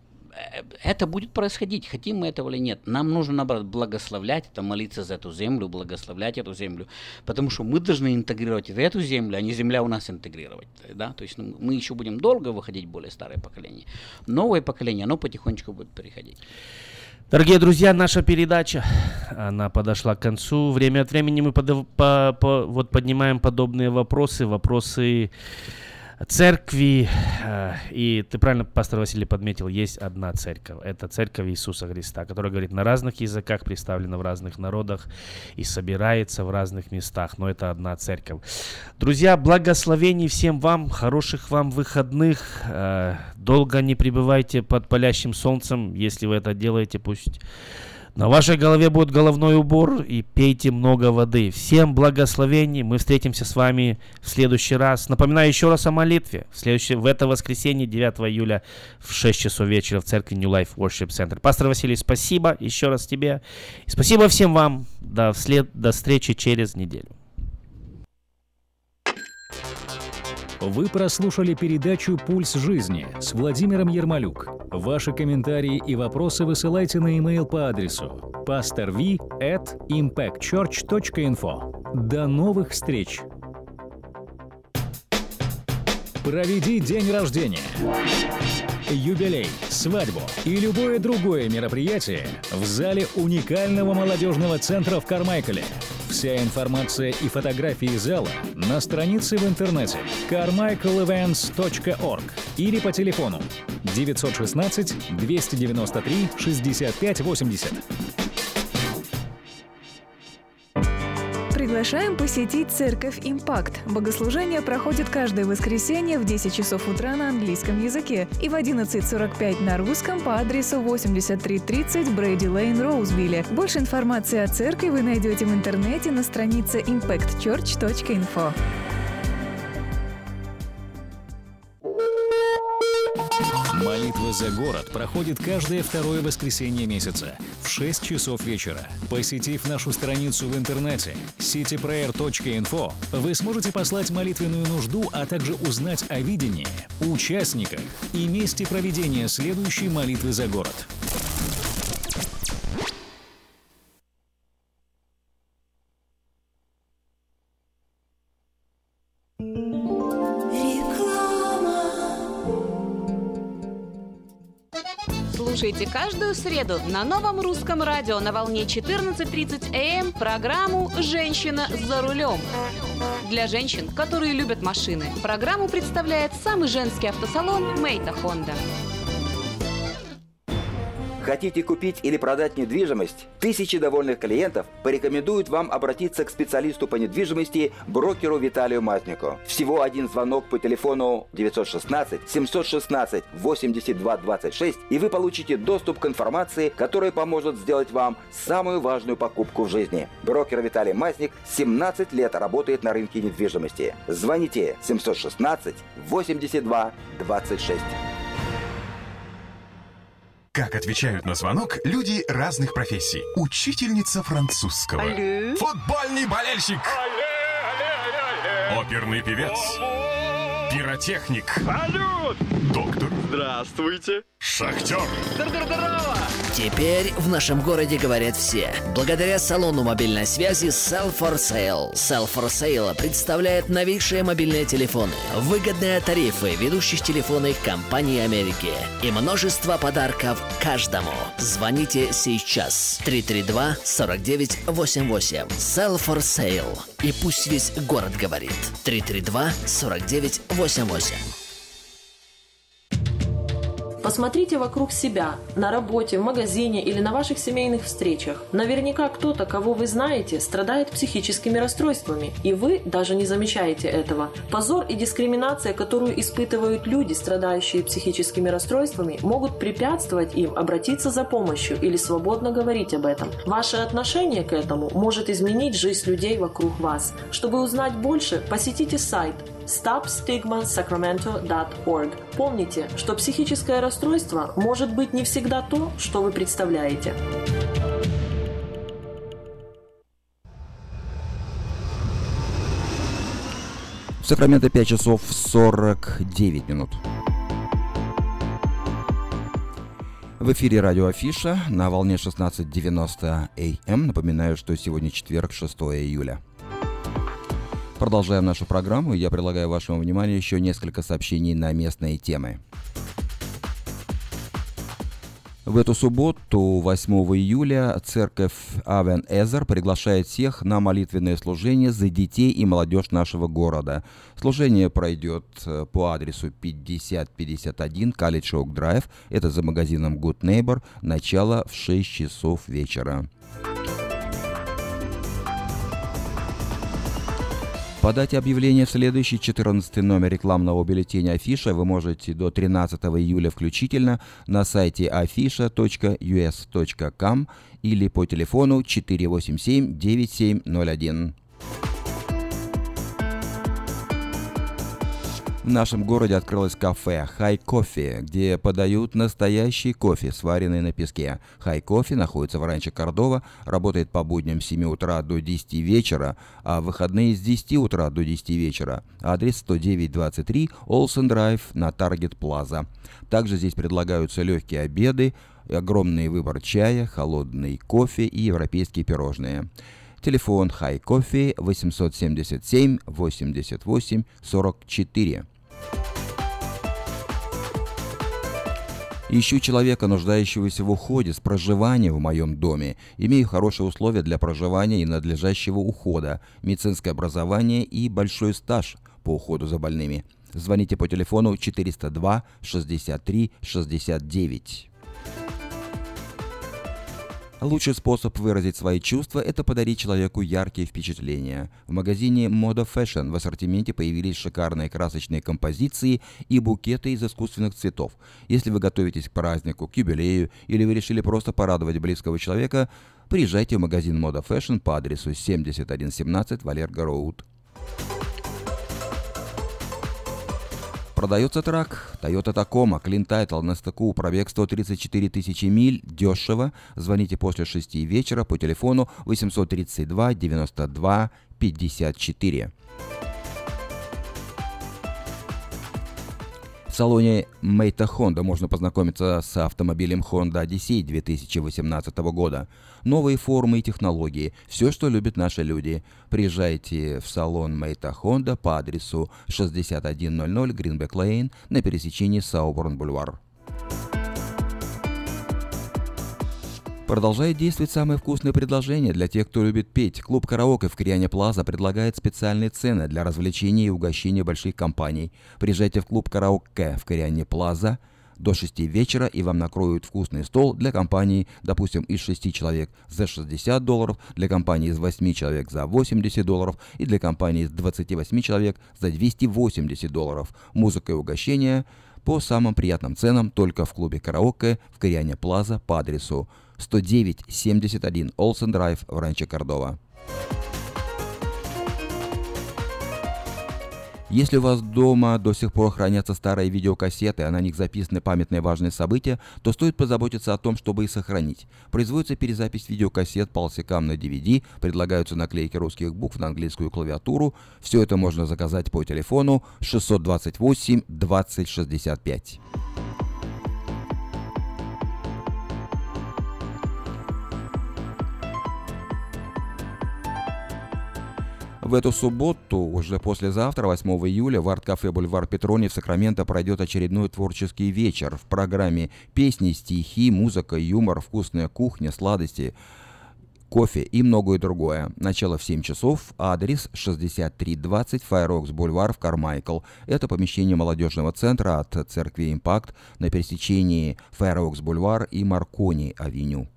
это будет происходить, хотим мы этого или нет. Нам нужно, наоборот, благословлять это, молиться за эту землю, благословлять эту землю, потому что мы должны интегрировать в эту землю, а не земля у нас интегрировать. Да? То есть, ну, мы еще будем долго выходить в более старое поколение. Новое поколение, оно потихонечку будет переходить. Дорогие друзья, наша передача, она подошла к концу. Время от времени мы под, по, по, вот поднимаем подобные вопросы, вопросы церкви. И ты правильно, пастор Василий, подметил, есть одна церковь. Это церковь Иисуса Христа, которая говорит на разных языках, представлена в разных народах и собирается в разных местах. Но это одна церковь. Друзья, благословений всем вам, хороших вам выходных. Долго не пребывайте под палящим солнцем. Если вы это делаете, пусть на вашей голове будет головной убор, и пейте много воды. Всем благословений. Мы встретимся с вами в следующий раз. Напоминаю еще раз о молитве. В, следующее, в это воскресенье, девятого июля, в шесть часов вечера в церкви New Life Worship Center. Пастор Василий, спасибо еще раз тебе. И спасибо всем вам. До, вслед, до встречи через неделю. Вы прослушали передачу «Пульс жизни» с Владимиром Ермолюк. Ваши комментарии и вопросы высылайте на e-mail по адресу pastorv at impactchurch точка info. До новых встреч! Проведи день рождения, юбилей, свадьбу и любое другое мероприятие в зале уникального молодежного центра в Кармайкале. Вся информация и фотографии зала на странице в интернете кармайкл ивентс точка орг или по телефону девятьсот шестнадцать двести девяносто три шестьдесят пять восемьдесят. Приглашаем посетить Церковь Импакт. Богослужение проходит каждое воскресенье в десять часов утра на английском языке и в одиннадцать сорок пять на русском по адресу восемьдесят три тридцать Брейди Лейн, Роузвилле. Больше информации о церкви вы найдете в интернете на странице импакт черч точка инфо. Молитва за город проходит каждое второе воскресенье месяца в шесть часов вечера. Посетив нашу страницу в интернете сити преер точка инфо, вы сможете послать молитвенную нужду, а также узнать о видении, участниках и месте проведения следующей молитвы за город. Слушайте каждую среду на Новом русском радио на волне четырнадцать тридцать эй эм программу «Женщина за рулем». Для женщин, которые любят машины, программу представляет самый женский автосалон «Мейта Хонда». Хотите купить или продать недвижимость? Тысячи довольных клиентов порекомендуют вам обратиться к специалисту по недвижимости, брокеру Виталию Мазнику. Всего один звонок по телефону девятьсот шестнадцать семьсот шестнадцать восемьдесят два двадцать шесть, и вы получите доступ к информации, которая поможет сделать вам самую важную покупку в жизни. Брокер Виталий Мазник семнадцать лет работает на рынке недвижимости. Звоните семьсот шестнадцать восемьдесят два двадцать шесть. Как отвечают на звонок люди разных профессий. Учительница французского. Алле. Футбольный болельщик. Алле, алле, алле. Оперный певец. Алло. Пиротехник. Салют. Доктор. Здравствуйте. Шахтер. Здорово. Теперь в нашем городе говорят все. Благодаря салону мобильной связи Sell for Sale. Sell for Sale представляет новейшие мобильные телефоны, выгодные тарифы ведущих телефонных компаний Америки и множество подарков каждому. Звоните сейчас. три три два сорок девять восемьдесят восемь. Sell for Sale. И пусть весь город говорит. три три два сорок девять восемьдесят восемь. Посмотрите вокруг себя, на работе, в магазине или на ваших семейных встречах. Наверняка кто-то, кого вы знаете, страдает психическими расстройствами, и вы даже не замечаете этого. Позор и дискриминация, которую испытывают люди, страдающие психическими расстройствами, могут препятствовать им обратиться за помощью или свободно говорить об этом. Ваше отношение к этому может изменить жизнь людей вокруг вас. Чтобы узнать больше, посетите сайт стоп стигма сакраменто точка орг. Помните, что психическое расстройство может быть не всегда то, что вы представляете. В Сакраменто пять часов сорок девять минут. В эфире радио Афиша на волне шестнадцать девяносто эй эм. Напоминаю, что сегодня четверг, шестое июля. Продолжаем нашу программу, и я предлагаю вашему вниманию еще несколько сообщений на местные темы. В эту субботу, восьмого июля, церковь Авен Эзер приглашает всех на молитвенное служение за детей и молодежь нашего города. Служение пройдет по адресу пятьдесят пятьдесят один College Oak Drive, это за магазином Good Neighbor, начало в шесть часов вечера. Подать объявление в следующий четырнадцатый номер рекламного бюллетеня Афиша вы можете до тринадцатого июля включительно на сайте афиша точка ю эс точка ком или по телефону четыре восемь семь девять семь ноль один. В нашем городе открылось кафе High Coffee, где подают настоящий кофе, сваренный на песке. High Coffee находится в Ранчо Кордова, работает по будням с семи утра до десяти вечера, а в выходные с десяти утра до десяти вечера. Адрес сто девять двадцать три Олсен Драйв на Таргет Плаза. Также здесь предлагаются легкие обеды, огромный выбор чая, холодный кофе и европейские пирожные. Телефон High Coffee восемьсот семьдесят семь восемьдесят восемь сорок четыре. Ищу человека, нуждающегося в уходе с проживания в моем доме. Имею хорошие условия для проживания и надлежащего ухода, медицинское образование и большой стаж по уходу за больными. Звоните по телефону четыреста два шестьдесят три шестьдесят девять. Лучший способ выразить свои чувства – это подарить человеку яркие впечатления. В магазине Moda Fashion в ассортименте появились шикарные красочные композиции и букеты из искусственных цветов. Если вы готовитесь к празднику, к юбилею или вы решили просто порадовать близкого человека, приезжайте в магазин Moda Fashion по адресу семьдесят один семнадцать Валерго Роуд. Продается трак Toyota Tacoma, Clean Title на стыку, пробег сто тридцать четыре тысячи миль, дешево. Звоните после шести вечера по телефону восемьсот тридцать два девяносто два пятьдесят четыре. В салоне Мэйта Honda можно познакомиться с автомобилем Honda Odyssey две тысячи восемнадцатого года. Новые формы и технологии, все, что любят наши люди. Приезжайте в салон Мэйта Honda по адресу шестьдесят один ноль ноль Greenback Lane на пересечении Сауборн-Бульвар. Продолжает действовать самое вкусное предложение для тех, кто любит петь. Клуб «Караоке» в Кориане Плаза предлагает специальные цены для развлечения и угощения больших компаний. Приезжайте в клуб «Караоке» в Кориане Плаза до шести вечера, и вам накроют вкусный стол для компании, допустим, из шести человек за шестьдесят долларов, для компании из восьми человек за восемьдесят долларов и для компании из двадцати восьми человек за двести восемьдесят долларов. Музыка и угощения по самым приятным ценам только в клубе «Караоке» в Кориане Плаза по адресу сто девять семьдесят один Олсен Драйв в Ранчо Кордова. Если у вас дома до сих пор хранятся старые видеокассеты, а на них записаны памятные важные события, то стоит позаботиться о том, чтобы их сохранить. Производится перезапись видеокассет полсекам на ди ви ди, предлагаются наклейки русских букв на английскую клавиатуру. Все это можно заказать по телефону шестьсот двадцать восемь двадцать шестьдесят пять. В эту субботу, уже послезавтра, восьмого июля, в арт-кафе «Бульвар Петрони» в Сакраменто пройдет очередной творческий вечер. В программе песни, стихи, музыка, юмор, вкусная кухня, сладости, кофе и многое другое. Начало в семь часов, адрес шестьдесят три двадцать Файрокс Бульвар в Кармайкл. Это помещение молодежного центра от церкви «Импакт» на пересечении Файрокс Бульвар и Маркони-авеню.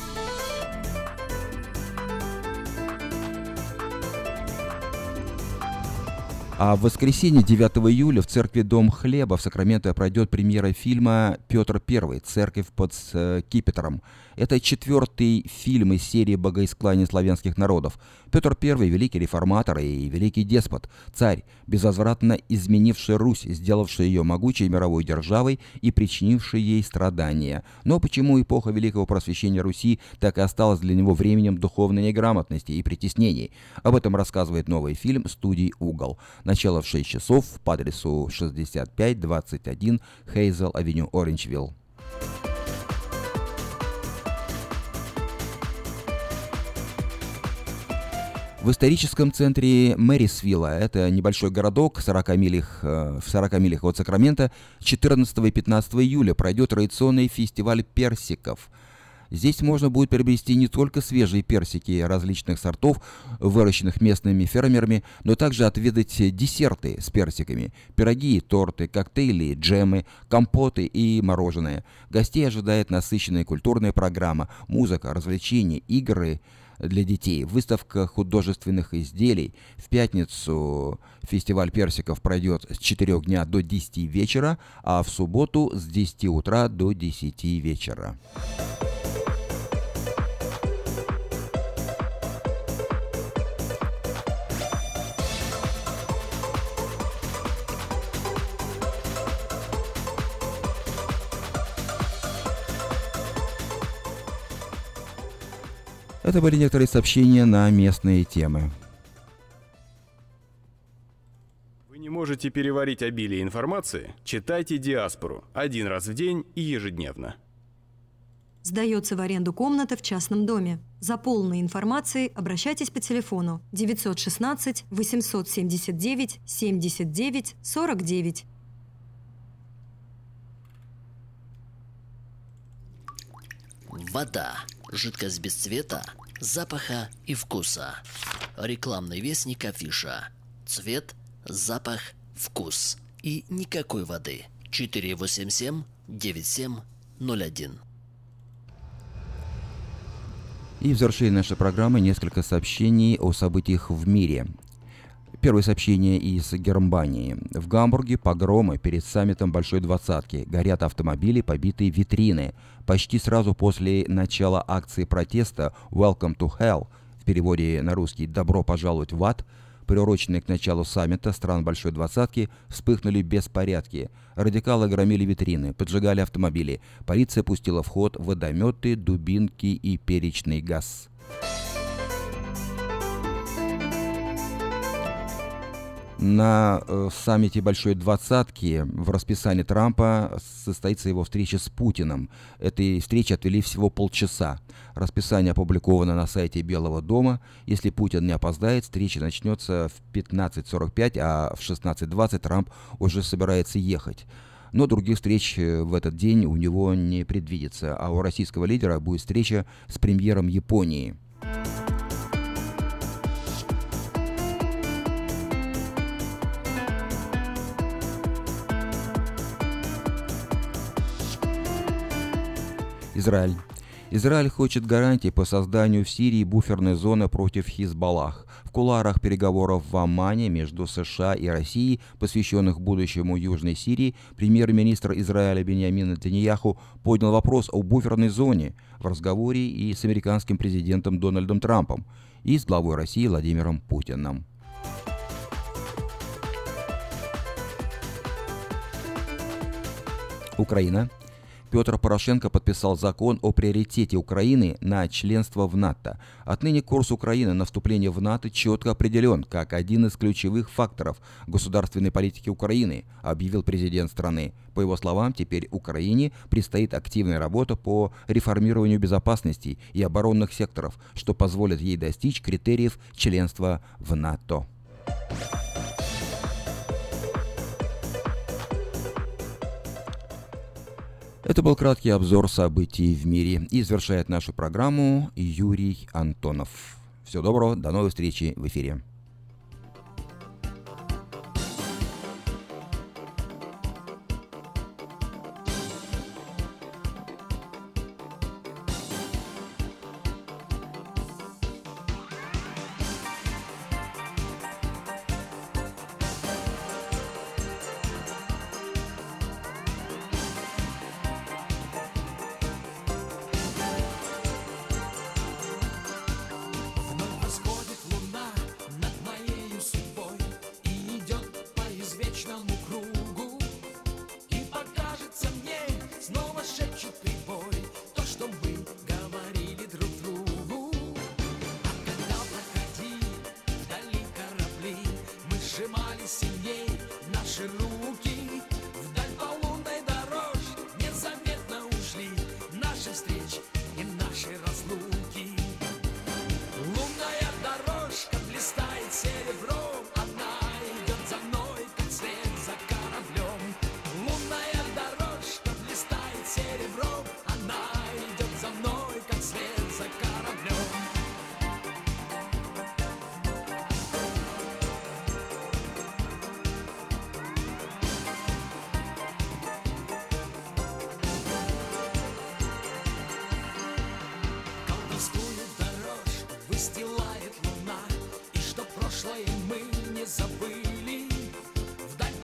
А в воскресенье девятого июля в церкви Дом Хлеба в Сакраменто пройдет премьера фильма «Петр Первый. Церковь под скипетром». Это четвертый фильм из серии богоисклания славянских народов. Петр Первый – великий реформатор и великий деспот, царь, безвозвратно изменивший Русь, сделавший ее могучей мировой державой и причинивший ей страдания. Но почему эпоха великого просвещения Руси так и осталась для него временем духовной неграмотности и притеснений? Об этом рассказывает новый фильм студии «Угол». Начало в шесть часов по адресу шестьдесят пять двадцать один Хейзел-авеню, Оранжвилл. В историческом центре Мэрисвилла, это небольшой городок в сорока милях, в сорока милях от Сакрамента, четырнадцатого и пятнадцатого июля пройдет традиционный фестиваль персиков. Здесь можно будет приобрести не только свежие персики различных сортов, выращенных местными фермерами, но также отведать десерты с персиками, пироги, торты, коктейли, джемы, компоты и мороженое. Гостей ожидает насыщенная культурная программа, музыка, развлечения, игры для детей, выставка художественных изделий. В пятницу фестиваль персиков пройдет с четырёх дня до десяти вечера, а в субботу с десяти утра до десяти вечера. Это были некоторые сообщения на местные темы. Вы не можете переварить обилие информации? Читайте «Диаспору» один раз в день и ежедневно. Сдается в аренду комната в частном доме. За полной информацией обращайтесь по телефону девятьсот шестнадцать восемьсот семьдесят девять семьдесят девять сорок девять. Вода. Жидкость без цвета, запаха и вкуса. Рекламный вестник афиша. Цвет, запах, вкус. И никакой воды. четыре восемь семь девять семь ноль один. И в завершении нашей программы несколько сообщений о событиях в мире. Первое сообщение из Германии. В Гамбурге погромы перед саммитом Большой Двадцатки. Горят автомобили, побитые витрины. Почти сразу после начала акции протеста «Welcome to Hell», в переводе на русский «Добро пожаловать в ад», приуроченные к началу саммита стран Большой Двадцатки, вспыхнули беспорядки. Радикалы громили витрины, поджигали автомобили. Полиция пустила в ход водометы, дубинки и перечный газ. На э, саммите Большой Двадцатки в расписании Трампа состоится его встреча с Путиным. Этой встречи отвели всего полчаса. Расписание опубликовано на сайте Белого дома. Если Путин не опоздает, встреча начнется в пятнадцать сорок пять, а в шестнадцать двадцать Трамп уже собирается ехать. Но других встреч в этот день у него не предвидится, а у российского лидера будет встреча с премьером Японии. Израиль. Израиль хочет гарантий по созданию в Сирии буферной зоны против Хизбаллах. В кулуарах переговоров в Аммане между США и Россией, посвященных будущему Южной Сирии, премьер-министр Израиля Биньямин Нетаньяху поднял вопрос о буферной зоне в разговоре и с американским президентом Дональдом Трампом, и с главой России Владимиром Путиным. Украина. Петр Порошенко подписал закон о приоритете Украины на членство в НАТО. Отныне курс Украины на вступление в НАТО четко определен как один из ключевых факторов государственной политики Украины, объявил президент страны. По его словам, теперь Украине предстоит активная работа по реформированию безопасности и оборонных секторов, что позволит ей достичь критериев членства в НАТО. Это был краткий обзор событий в мире. И завершает нашу программу Юрий Антонов. Всего доброго, до новой встречи в эфире. Сжимали сильней наши руки.